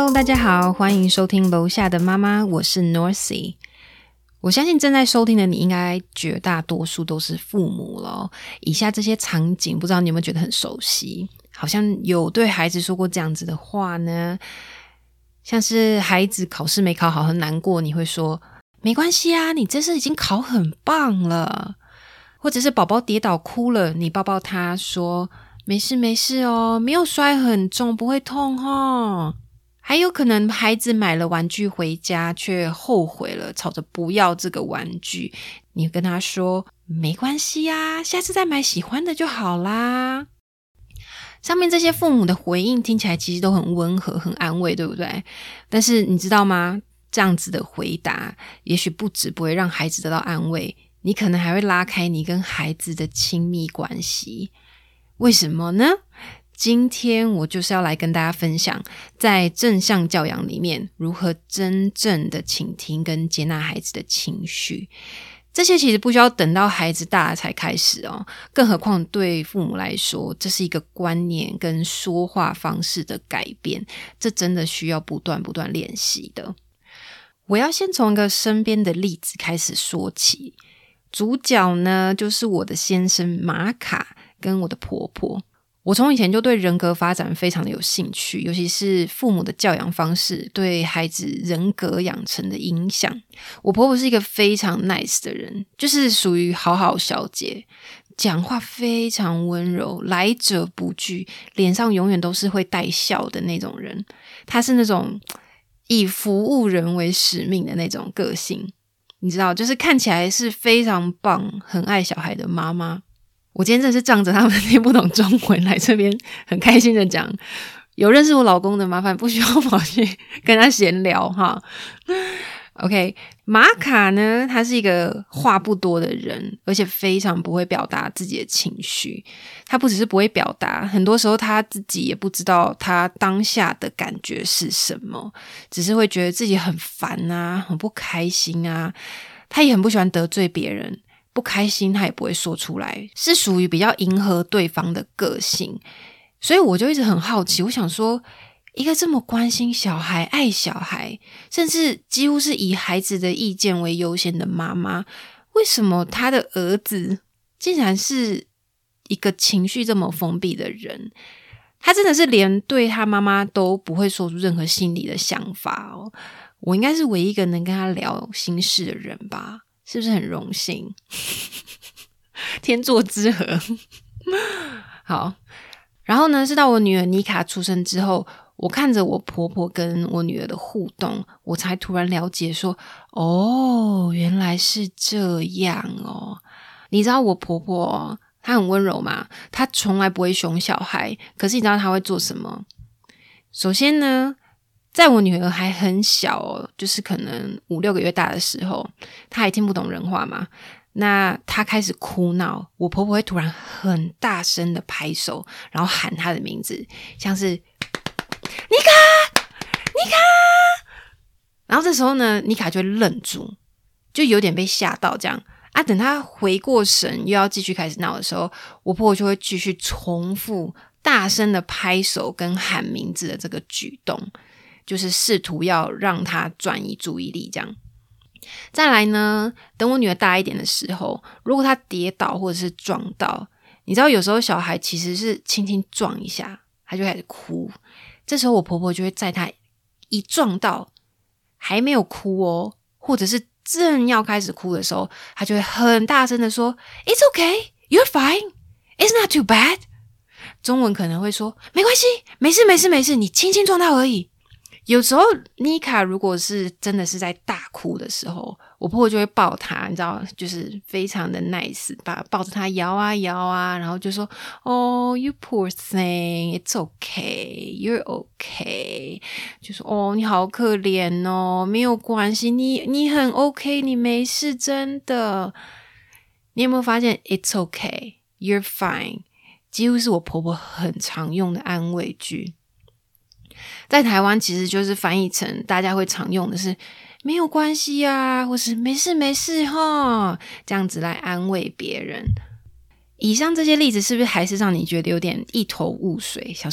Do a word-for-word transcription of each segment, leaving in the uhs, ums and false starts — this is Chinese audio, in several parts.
Hello， 大家好，欢迎收听楼下的妈妈，我是 Norcy。我相信正在收听的你应该绝大多数都是父母了。以下这些场景不知道你有没有觉得很熟悉，好像有对孩子说过这样子的话呢，像是孩子考试没考好很难过，你会说没关系啊，你这次已经考很棒了。或者是宝宝跌倒哭了，你抱抱他说没事没事哦，没有摔很重，不会痛哦。还有可能孩子买了玩具回家却后悔了，吵着不要这个玩具，你跟他说没关系啊，下次再买喜欢的就好啦。上面这些父母的回应听起来其实都很温和很安慰，对不对？但是你知道吗，这样子的回答也许不止不会让孩子得到安慰，你可能还会拉开你跟孩子的亲密关系。为什么呢？今天我就是要来跟大家分享，在正向教养里面如何真正的倾听跟接纳孩子的情绪。这些其实不需要等到孩子大了才开始哦，更何况对父母来说，这是一个观念跟说话方式的改变，这真的需要不断不断练习的。我要先从一个身边的例子开始说起，主角呢就是我的先生马卡跟我的婆婆。我从以前就对人格发展非常的有兴趣，尤其是父母的教养方式对孩子人格养成的影响。我婆婆是一个非常 nice 的人，就是属于好好小姐，讲话非常温柔，来者不拒，脸上永远都是会带笑的那种人。她是那种以服务人为使命的那种个性，你知道，就是看起来是非常棒很爱小孩的妈妈。我今天真的是仗着他们听不懂中文来这边很开心的讲，有认识我老公的麻烦不需要跑去跟他闲聊哈。OK， 马卡呢，他是一个话不多的人，而且非常不会表达自己的情绪。他不只是不会表达，很多时候他自己也不知道他当下的感觉是什么，只是会觉得自己很烦啊，很不开心啊。他也很不喜欢得罪别人，不开心他也不会说出来，是属于比较迎合对方的个性。所以我就一直很好奇，我想说一个这么关心小孩爱小孩，甚至几乎是以孩子的意见为优先的妈妈，为什么他的儿子竟然是一个情绪这么封闭的人？他真的是连对他妈妈都不会说出任何心里的想法哦。我应该是唯一一个能跟他聊心事的人吧，是不是很荣幸？天作之合。好，然后呢，是到我女儿妮卡出生之后，我看着我婆婆跟我女儿的互动，我才突然了解说，哦，原来是这样哦。你知道我婆婆哦，她很温柔嘛，她从来不会凶小孩，可是你知道她会做什么？首先呢，在我女儿还很小哦，就是可能五六个月大的时候，她还听不懂人话嘛，那她开始哭闹，我婆婆会突然很大声的拍手，然后喊她的名字，像是妮卡妮卡，然后这时候呢，妮卡就会愣住，就有点被吓到这样啊。等她回过神又要继续开始闹的时候，我婆婆就会继续重复大声的拍手跟喊名字的这个举动，就是试图要让她转移注意力这样。再来呢，等我女儿大一点的时候，如果她跌倒或者是撞到，你知道有时候小孩其实是轻轻撞一下她就开始哭，这时候我婆婆就会在她一撞到还没有哭哦，或者是正要开始哭的时候，她就会很大声的说 It's okay, you're fine, it's not too bad。 中文可能会说没关系，没事没事没事，你轻轻撞到而已。有时候妮卡如果是真的是在大哭的时候，我婆婆就会抱她，你知道，就是非常的 nice， 把抱着她摇啊摇啊，然后就说 Oh you poor thing, it's okay, you're okay， 就说哦你好可怜哦，没有关系，你你很 OK， 你没事，真的。你有没有发现 it's okay, you're fine 几乎是我婆婆很常用的安慰句。在台湾其实就是翻译成大家会常用的是没有关系啊，或是没事没事齁，这样子来安慰别人。以上这些例子是不是还是让你觉得有点一头雾水，想说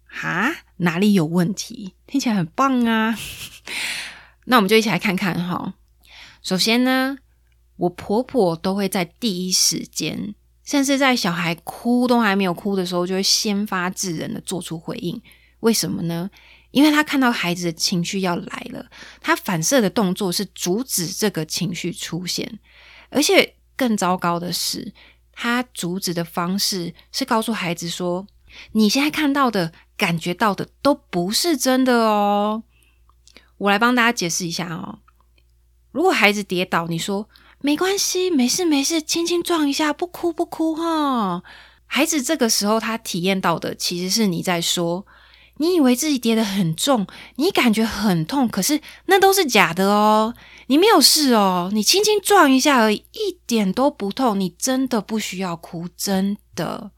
哈，哪里有问题？听起来很棒啊。那我们就一起来看看哈。首先呢，我婆婆都会在第一时间，甚至在小孩哭都还没有哭的时候，就会先发制人的做出回应。为什么呢？因为她看到孩子的情绪要来了，她反射的动作是阻止这个情绪出现。而且更糟糕的是，她阻止的方式是告诉孩子说，你现在看到的感觉到的都不是真的哦。我来帮大家解释一下哦。如果孩子跌倒，你说没关系，没事没事，轻轻撞一下，不哭不哭齁。孩子这个时候他体验到的其实是你在说，你以为自己跌得很重，你感觉很痛，可是那都是假的哦，你没有事哦，你轻轻撞一下而已，一点都不痛，你真的不需要哭，真的。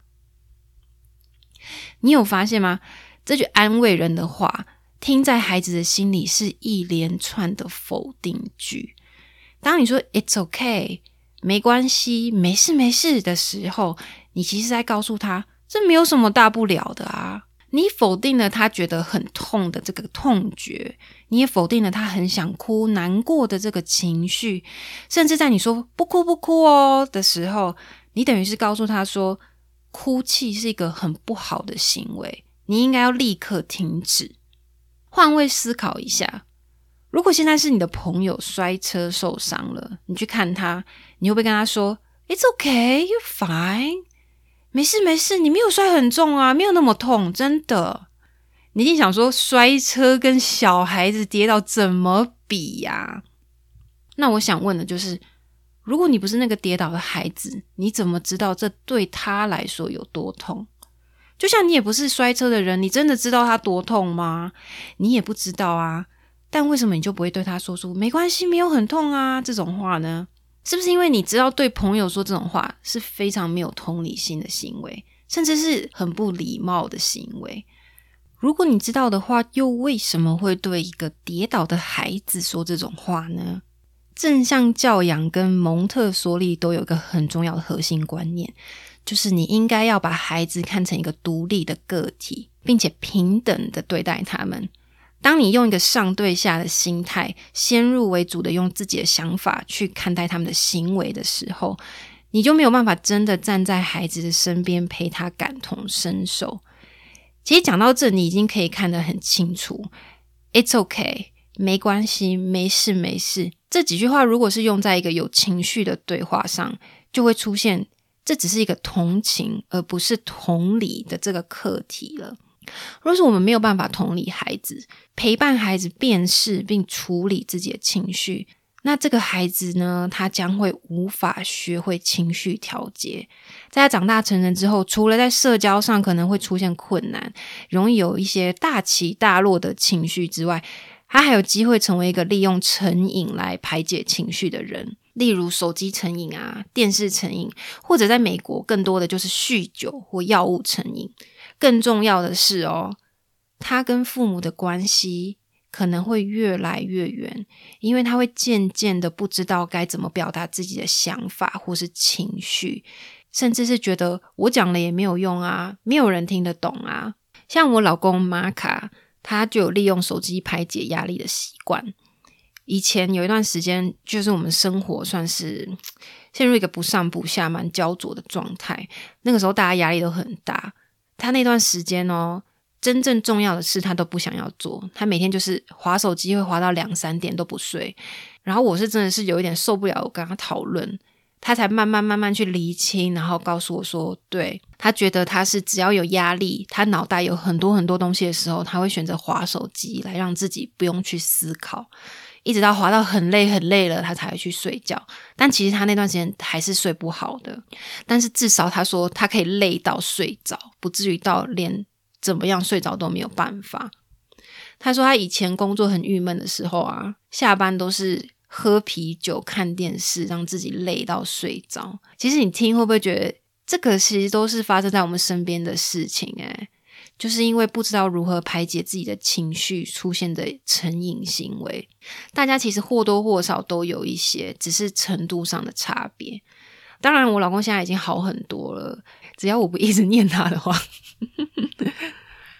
你有发现吗？这句安慰人的话听在孩子的心里是一连串的否定句。当你说 It's okay， 没关系，没事没事的时候，你其实在告诉他这没有什么大不了的啊。你否定了他觉得很痛的这个痛觉，你也否定了他很想哭难过的这个情绪，甚至在你说不哭不哭哦的时候，你等于是告诉他说哭泣是一个很不好的行为，你应该要立刻停止。换位思考一下，如果现在是你的朋友摔车受伤了，你去看他，你会不会跟他说 It's okay, you're fine， 没事没事，你没有摔很重啊，没有那么痛，真的。你一定想说摔车跟小孩子跌倒怎么比呀？那我想问的就是如果你不是那个跌倒的孩子，你怎么知道这对他来说有多痛？就像你也不是摔车的人，你真的知道他多痛吗？你也不知道啊。但为什么你就不会对他说出没关系，没有很痛啊这种话呢？是不是因为你知道对朋友说这种话是非常没有同理心的行为，甚至是很不礼貌的行为？如果你知道的话，又为什么会对一个跌倒的孩子说这种话呢？正向教养跟蒙特梭利都有一个很重要的核心观念，就是你应该要把孩子看成一个独立的个体，并且平等的对待他们。当你用一个上对下的心态，先入为主的用自己的想法去看待他们的行为的时候，你就没有办法真的站在孩子的身边陪他感同身受。其实讲到这，你已经可以看得很清楚 It's okay， 没关系，没事没事，这几句话如果是用在一个有情绪的对话上，就会出现这只是一个同情而不是同理的这个课题了。若是我们没有办法同理孩子，陪伴孩子辨识并处理自己的情绪，那这个孩子呢，他将会无法学会情绪调节。在他长大成人之后，除了在社交上可能会出现困难，容易有一些大起大落的情绪之外，他还有机会成为一个利用成瘾来排解情绪的人，例如手机成瘾啊、电视成瘾，或者在美国更多的就是酗酒或药物成瘾。更重要的是哦，他跟父母的关系可能会越来越远，因为他会渐渐的不知道该怎么表达自己的想法或是情绪，甚至是觉得我讲了也没有用啊，没有人听得懂啊。像我老公马卡，他就有利用手机排解压力的习惯。以前有一段时间，就是我们生活算是陷入一个不上不下蛮焦灼的状态，那个时候大家压力都很大。他那段时间哦，真正重要的事他都不想要做，他每天就是滑手机会滑到两三点都不睡。然后我是真的是有一点受不了，我跟他讨论，他才慢慢慢慢去厘清，然后告诉我说，对，他觉得他是只要有压力，他脑袋有很多很多东西的时候，他会选择滑手机来让自己不用去思考，一直到滑到很累很累了，他才会去睡觉。但其实他那段时间还是睡不好的，但是至少他说他可以累到睡着，不至于到连怎么样睡着都没有办法。他说他以前工作很郁闷的时候啊，下班都是喝啤酒看电视，让自己累到睡着。其实你听会不会觉得这个其实都是发生在我们身边的事情诶，就是因为不知道如何排解自己的情绪出现的成瘾行为。大家其实或多或少都有一些，只是程度上的差别。当然我老公现在已经好很多了，只要我不一直念他的话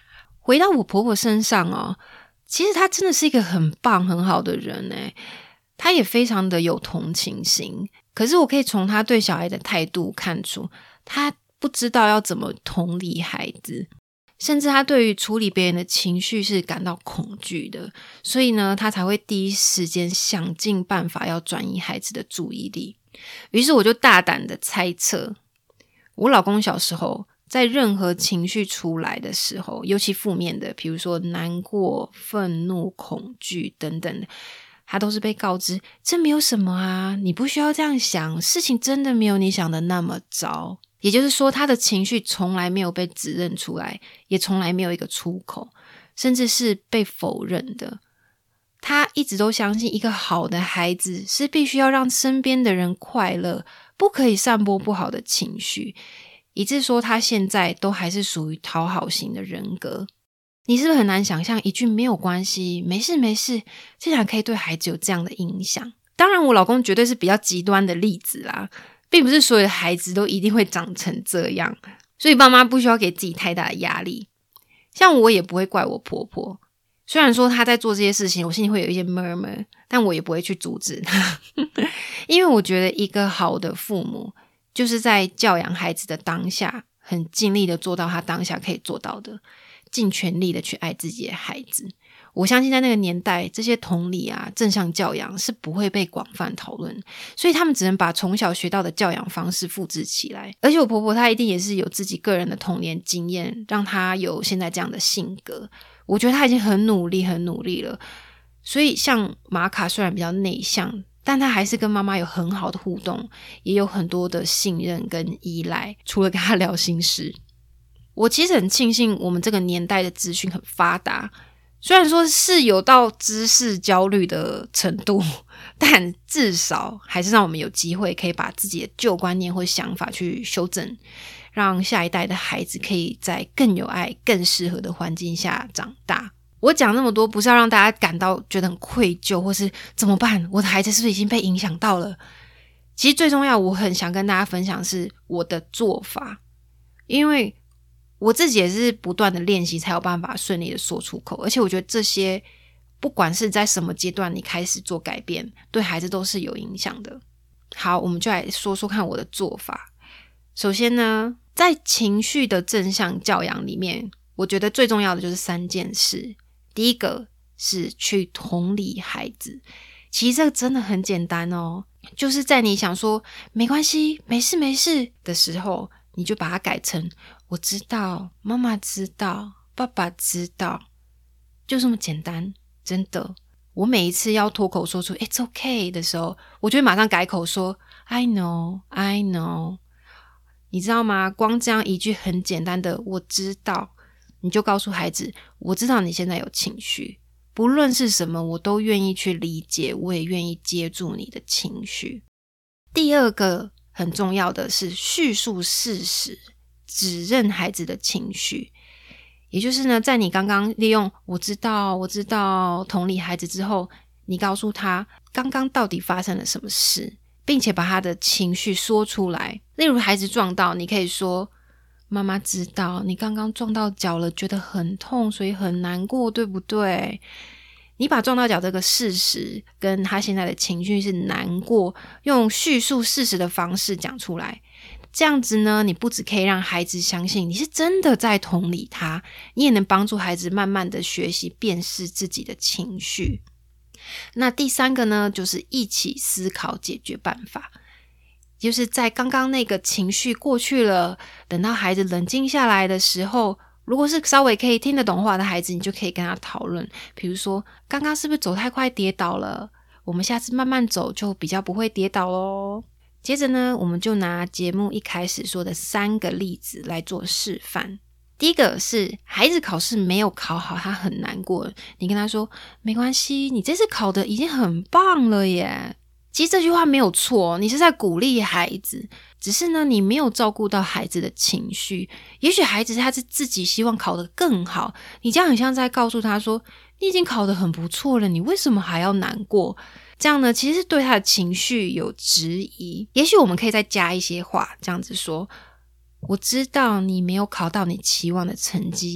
回到我婆婆身上哦，其实她真的是一个很棒很好的人耶，她也非常的有同情心，可是我可以从她对小孩的态度看出，她不知道要怎么同理孩子，甚至她对于处理别人的情绪是感到恐惧的，所以呢，她才会第一时间想尽办法要转移孩子的注意力。于是我就大胆的猜测，我老公小时候在任何情绪出来的时候，尤其负面的，比如说难过、愤怒、恐惧等等的，他都是被告知这没有什么啊，你不需要这样想，事情真的没有你想的那么糟。也就是说，他的情绪从来没有被指认出来，也从来没有一个出口，甚至是被否认的。他一直都相信一个好的孩子是必须要让身边的人快乐，不可以散播不好的情绪，以致说他现在都还是属于讨好型的人格。你是不是很难想象一句没有关系，没事没事，竟然可以对孩子有这样的影响？当然我老公绝对是比较极端的例子啦，并不是所有的孩子都一定会长成这样，所以爸妈不需要给自己太大的压力。像我也不会怪我婆婆，虽然说她在做这些事情我心里会有一些 murmur， 但我也不会去阻止她因为我觉得一个好的父母就是在教养孩子的当下很尽力的做到他当下可以做到的，尽全力的去爱自己的孩子。我相信在那个年代，这些同理啊、正向教养是不会被广泛讨论，所以他们只能把从小学到的教养方式复制起来。而且我婆婆她一定也是有自己个人的童年经验，让她有现在这样的性格。我觉得她已经很努力很努力了，所以像玛卡虽然比较内向，但她还是跟妈妈有很好的互动，也有很多的信任跟依赖，除了跟她聊心事。我其实很庆幸我们这个年代的资讯很发达，虽然说是有到知识焦虑的程度，但至少还是让我们有机会可以把自己的旧观念或想法去修正，让下一代的孩子可以在更有爱、更适合的环境下长大。我讲那么多不是要让大家感到觉得很愧疚，或是怎么办，我的孩子是不是已经被影响到了？其实最重要我很想跟大家分享是我的做法，因为我自己也是不断的练习才有办法顺利的说出口，而且我觉得这些不管是在什么阶段你开始做改变，对孩子都是有影响的。好，我们就来说说看我的做法。首先呢，在情绪的正向教养里面，我觉得最重要的就是三件事。第一个是去同理孩子，其实这个真的很简单哦，就是在你想说没关系没事没事的时候，你就把它改成我知道，妈妈知道，爸爸知道，就这么简单。真的，我每一次要脱口说出 It's okay 的时候，我就会马上改口说 I know I know。 你知道吗？光这样一句很简单的我知道，你就告诉孩子我知道你现在有情绪，不论是什么我都愿意去理解，我也愿意接住你的情绪。第二个很重要的是叙述事实，指认孩子的情绪。也就是呢，在你刚刚利用我知道我知道同理孩子之后，你告诉他刚刚到底发生了什么事，并且把他的情绪说出来。例如孩子撞到，你可以说妈妈知道你刚刚撞到脚了，觉得很痛，所以很难过，对不对？你把撞到脚这个事实跟他现在的情绪是难过，用叙述事实的方式讲出来。这样子呢，你不只可以让孩子相信你是真的在同理他，你也能帮助孩子慢慢的学习辨识自己的情绪。那第三个呢，就是一起思考解决办法。就是在刚刚那个情绪过去了，等到孩子冷静下来的时候，如果是稍微可以听得懂话的孩子，你就可以跟他讨论，比如说刚刚是不是走太快跌倒了，我们下次慢慢走就比较不会跌倒咯。接着呢，我们就拿节目一开始说的三个例子来做示范。第一个是孩子考试没有考好，他很难过，你跟他说没关系，你这次考的已经很棒了耶。其实这句话没有错，你是在鼓励孩子，只是呢你没有照顾到孩子的情绪。也许孩子他是自己希望考得更好，你这样很像在告诉他说你已经考得很不错了，你为什么还要难过？这样呢其实是对他的情绪有质疑。也许我们可以再加一些话，这样子说，我知道你没有考到你期望的成绩，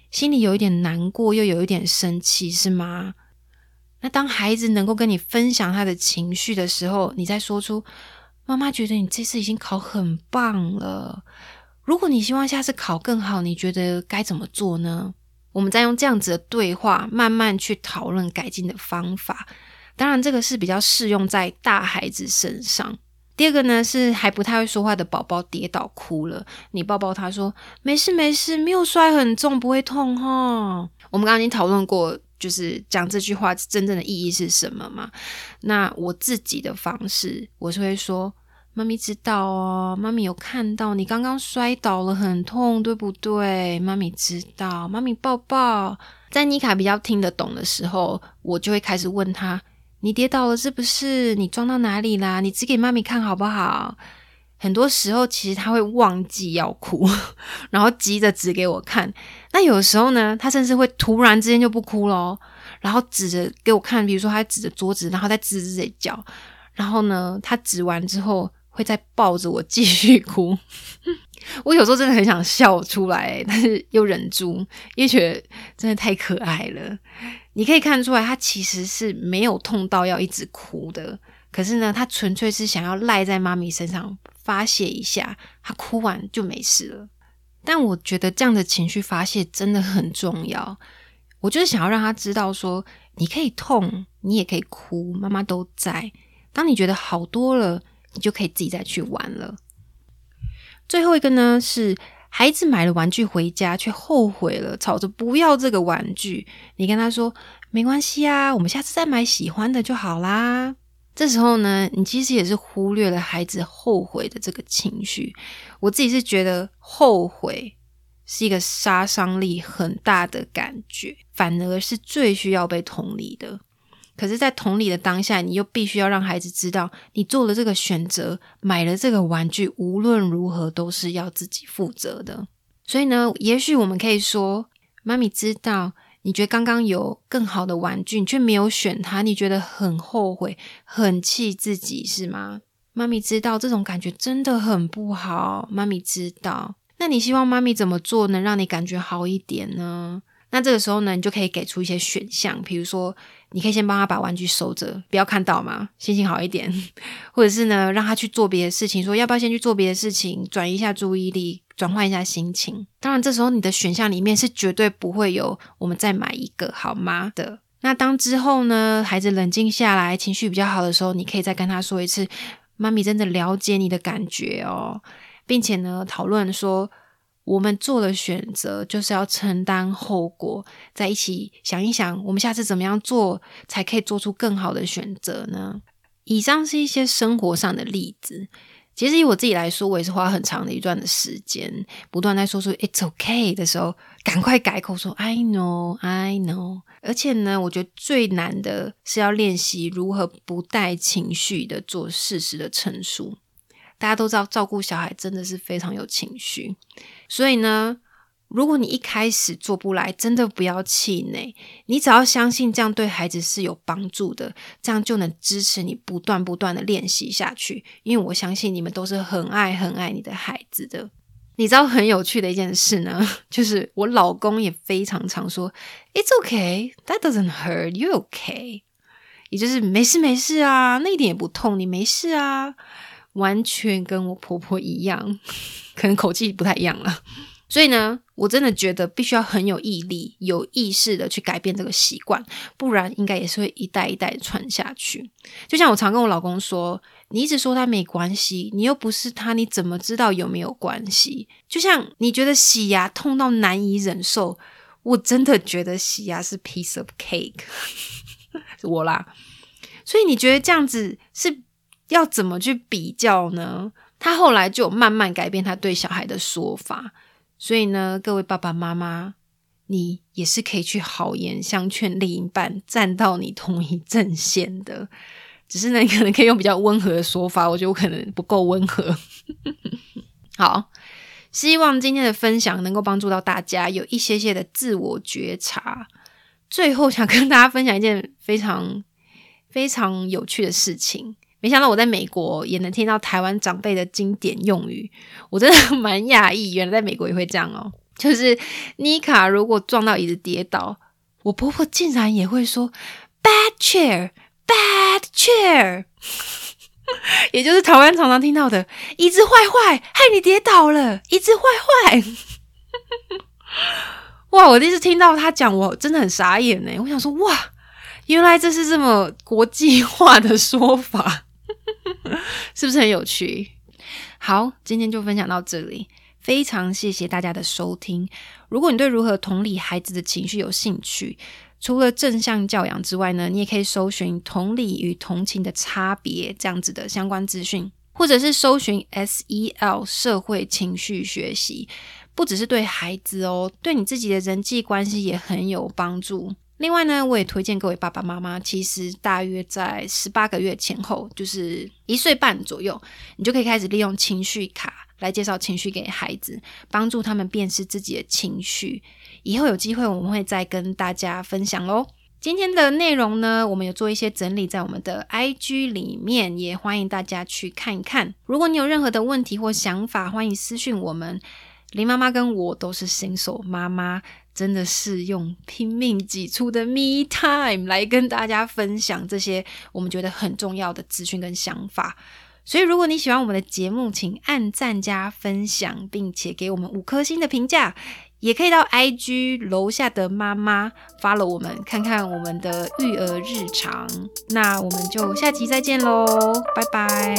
心里有一点难过，又有一点生气，是吗？那当孩子能够跟你分享他的情绪的时候，你再说出妈妈觉得你这次已经考很棒了，如果你希望下次考更好，你觉得该怎么做呢？我们再用这样子的对话慢慢去讨论改进的方法。当然这个是比较适用在大孩子身上。第二个呢，是还不太会说话的宝宝跌倒哭了，你抱抱他说没事没事，没有摔很重，不会痛齁。我们刚刚已经讨论过，就是讲这句话真正的意义是什么嘛。那我自己的方式，我是会说妈咪知道哦，妈咪有看到你刚刚摔倒了很痛，对不对？妈咪知道，妈咪抱抱。在妮卡比较听得懂的时候，我就会开始问他，你跌倒了是不是？你撞到哪里啦？你指给妈咪看好不好？很多时候其实他会忘记要哭，然后急着指给我看。那有时候呢，他甚至会突然之间就不哭咯，然后指着给我看，比如说他指着桌子，然后再指着自己脚，然后呢他指完之后会再抱着我继续哭。我有时候真的很想笑出来，但是又忍住，因为觉得真的太可爱了。你可以看出来他其实是没有痛到要一直哭的，可是呢他纯粹是想要赖在妈咪身上发泄一下，他哭完就没事了。但我觉得这样的情绪发泄真的很重要，我就是想要让他知道说，你可以痛，你也可以哭，妈妈都在。当你觉得好多了，你就可以自己再去玩了。最后一个呢，是孩子买了玩具回家却后悔了，吵着不要这个玩具，你跟他说没关系啊，我们下次再买喜欢的就好啦。这时候呢，你其实也是忽略了孩子后悔的这个情绪。我自己是觉得后悔是一个杀伤力很大的感觉，反而是最需要被同理的。可是在同理的当下，你又必须要让孩子知道，你做了这个选择，买了这个玩具，无论如何都是要自己负责的。所以呢，也许我们可以说，妈咪知道你觉得刚刚有更好的玩具，你却没有选它，你觉得很后悔，很气自己，是吗？妈咪知道这种感觉真的很不好，妈咪知道。那你希望妈咪怎么做能让你感觉好一点呢？那这个时候呢，你就可以给出一些选项，比如说你可以先帮他把玩具收着，不要看到嘛，心情好一点。或者是呢，让他去做别的事情，说要不要先去做别的事情，转移一下注意力，转换一下心情。当然这时候你的选项里面是绝对不会有我们再买一个好吗的。那当之后呢，孩子冷静下来，情绪比较好的时候，你可以再跟他说一次，妈咪真的了解你的感觉哦，并且呢讨论说我们做了选择就是要承担后果，在一起想一想我们下次怎么样做才可以做出更好的选择呢？以上是一些生活上的例子，其实以我自己来说，我也是花很长的一段的时间不断在说出 It's okay 的时候赶快改口说 I know I know。 而且呢，我觉得最难的是要练习如何不带情绪的做事实的陈述。大家都知道照顾小孩真的是非常有情绪，所以呢，如果你一开始做不来，真的不要气馁，你只要相信这样对孩子是有帮助的，这样就能支持你不断不断的练习下去，因为我相信你们都是很爱很爱你的孩子的。你知道很有趣的一件事呢，就是我老公也非常常说 It's okay, that doesn't hurt, you're okay， 也就是没事没事啊，那一点也不痛，你没事啊，完全跟我婆婆一样，可能口气不太一样了。所以呢，我真的觉得必须要很有毅力，有意识的去改变这个习惯，不然应该也是会一代一代传下去。就像我常跟我老公说，你一直说他没关系，你又不是他，你怎么知道有没有关系？就像你觉得洗牙痛到难以忍受，我真的觉得洗牙是 piece of cake 是我啦。所以你觉得这样子是要怎么去比较呢？他后来就有慢慢改变他对小孩的说法。所以呢，各位爸爸妈妈，你也是可以去好言相劝另一半站到你同一阵线的，只是呢，你可能可以用比较温和的说法，我觉得我可能不够温和好，希望今天的分享能够帮助到大家有一些些的自我觉察。最后想跟大家分享一件非常非常有趣的事情，没想到我在美国也能听到台湾长辈的经典用语，我真的蛮讶异，原来在美国也会这样哦。 就是妮卡如果撞到椅子跌倒，我婆婆竟然也会说 bad chair bad chair 也就是台湾常常听到的椅子坏坏害你跌倒了，椅子坏坏哇，我第一次听到他讲我真的很傻眼耶，我想说哇，原来这是这么国际化的说法是不是很有趣？好，今天就分享到这里，非常谢谢大家的收听。如果你对如何同理孩子的情绪有兴趣，除了正向教养之外呢，你也可以搜寻同理与同情的差别这样子的相关资讯，或者是搜寻 S E L 社会情绪学习，不只是对孩子哦，对你自己的人际关系也很有帮助。另外呢，我也推荐各位爸爸妈妈，其实大约在十八个月前后，就是一岁半左右，你就可以开始利用情绪卡来介绍情绪给孩子，帮助他们辨识自己的情绪。以后有机会我们会再跟大家分享咯。今天的内容呢，我们有做一些整理在我们的 I G 里面，也欢迎大家去看一看。如果你有任何的问题或想法，欢迎私讯我们。林妈妈跟我都是新手妈妈，真的是用拼命挤出的 me time 来跟大家分享这些我们觉得很重要的资讯跟想法。所以如果你喜欢我们的节目，请按赞加分享，并且给我们五颗星的评价，也可以到 I G 楼下的妈妈 follow 我们，看看我们的育儿日常。那我们就下集再见咯，拜拜。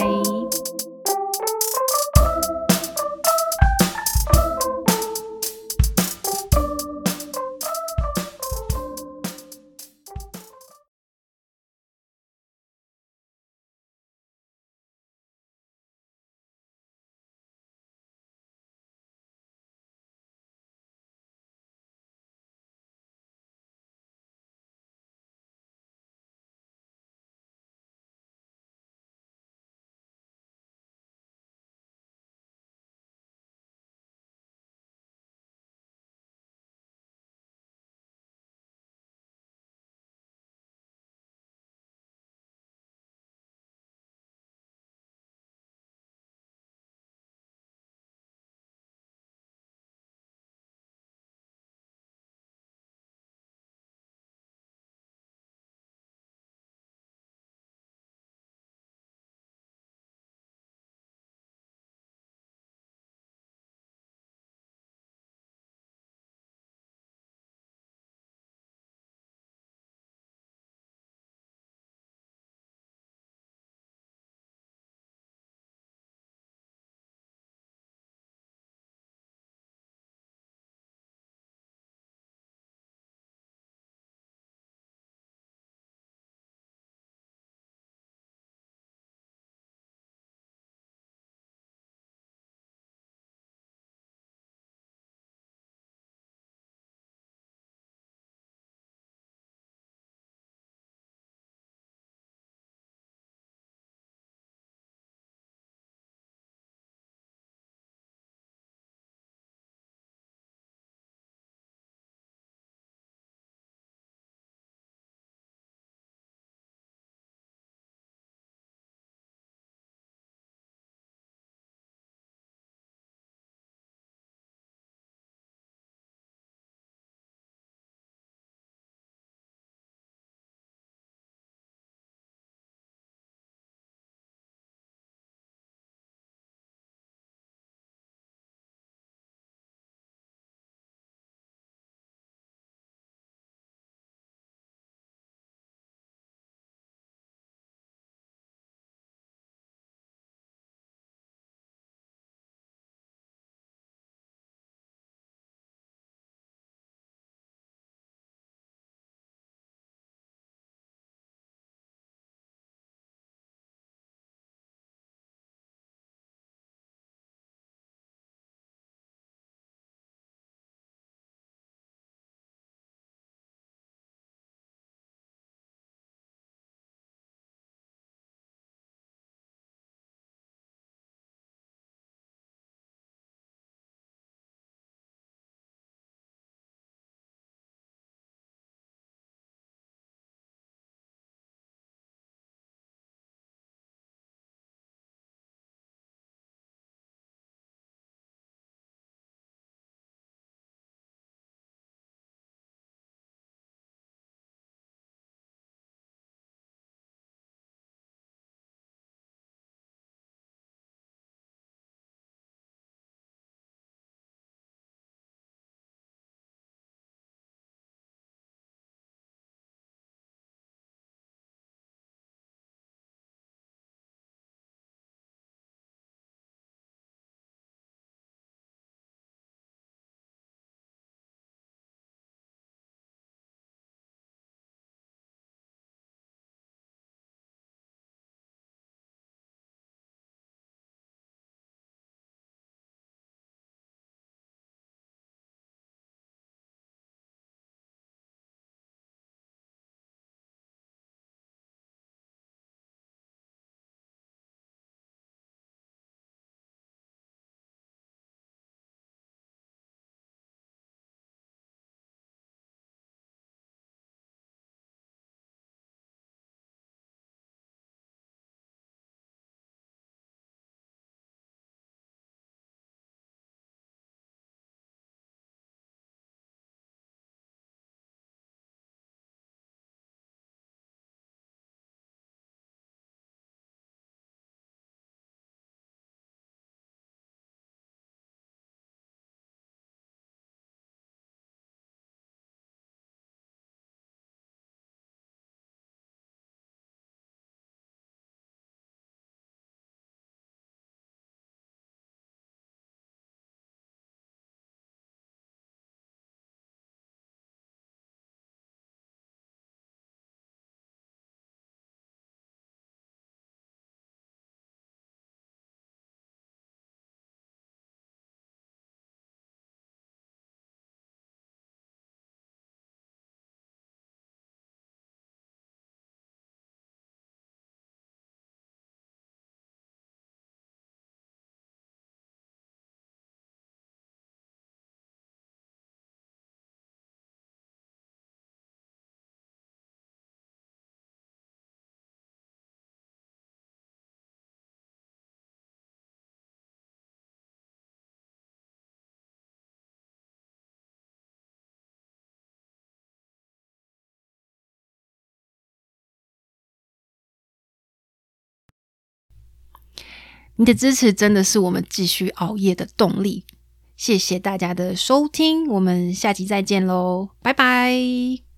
你的支持真的是我们继续熬夜的动力。谢谢大家的收听，我们下集再见咯，拜拜。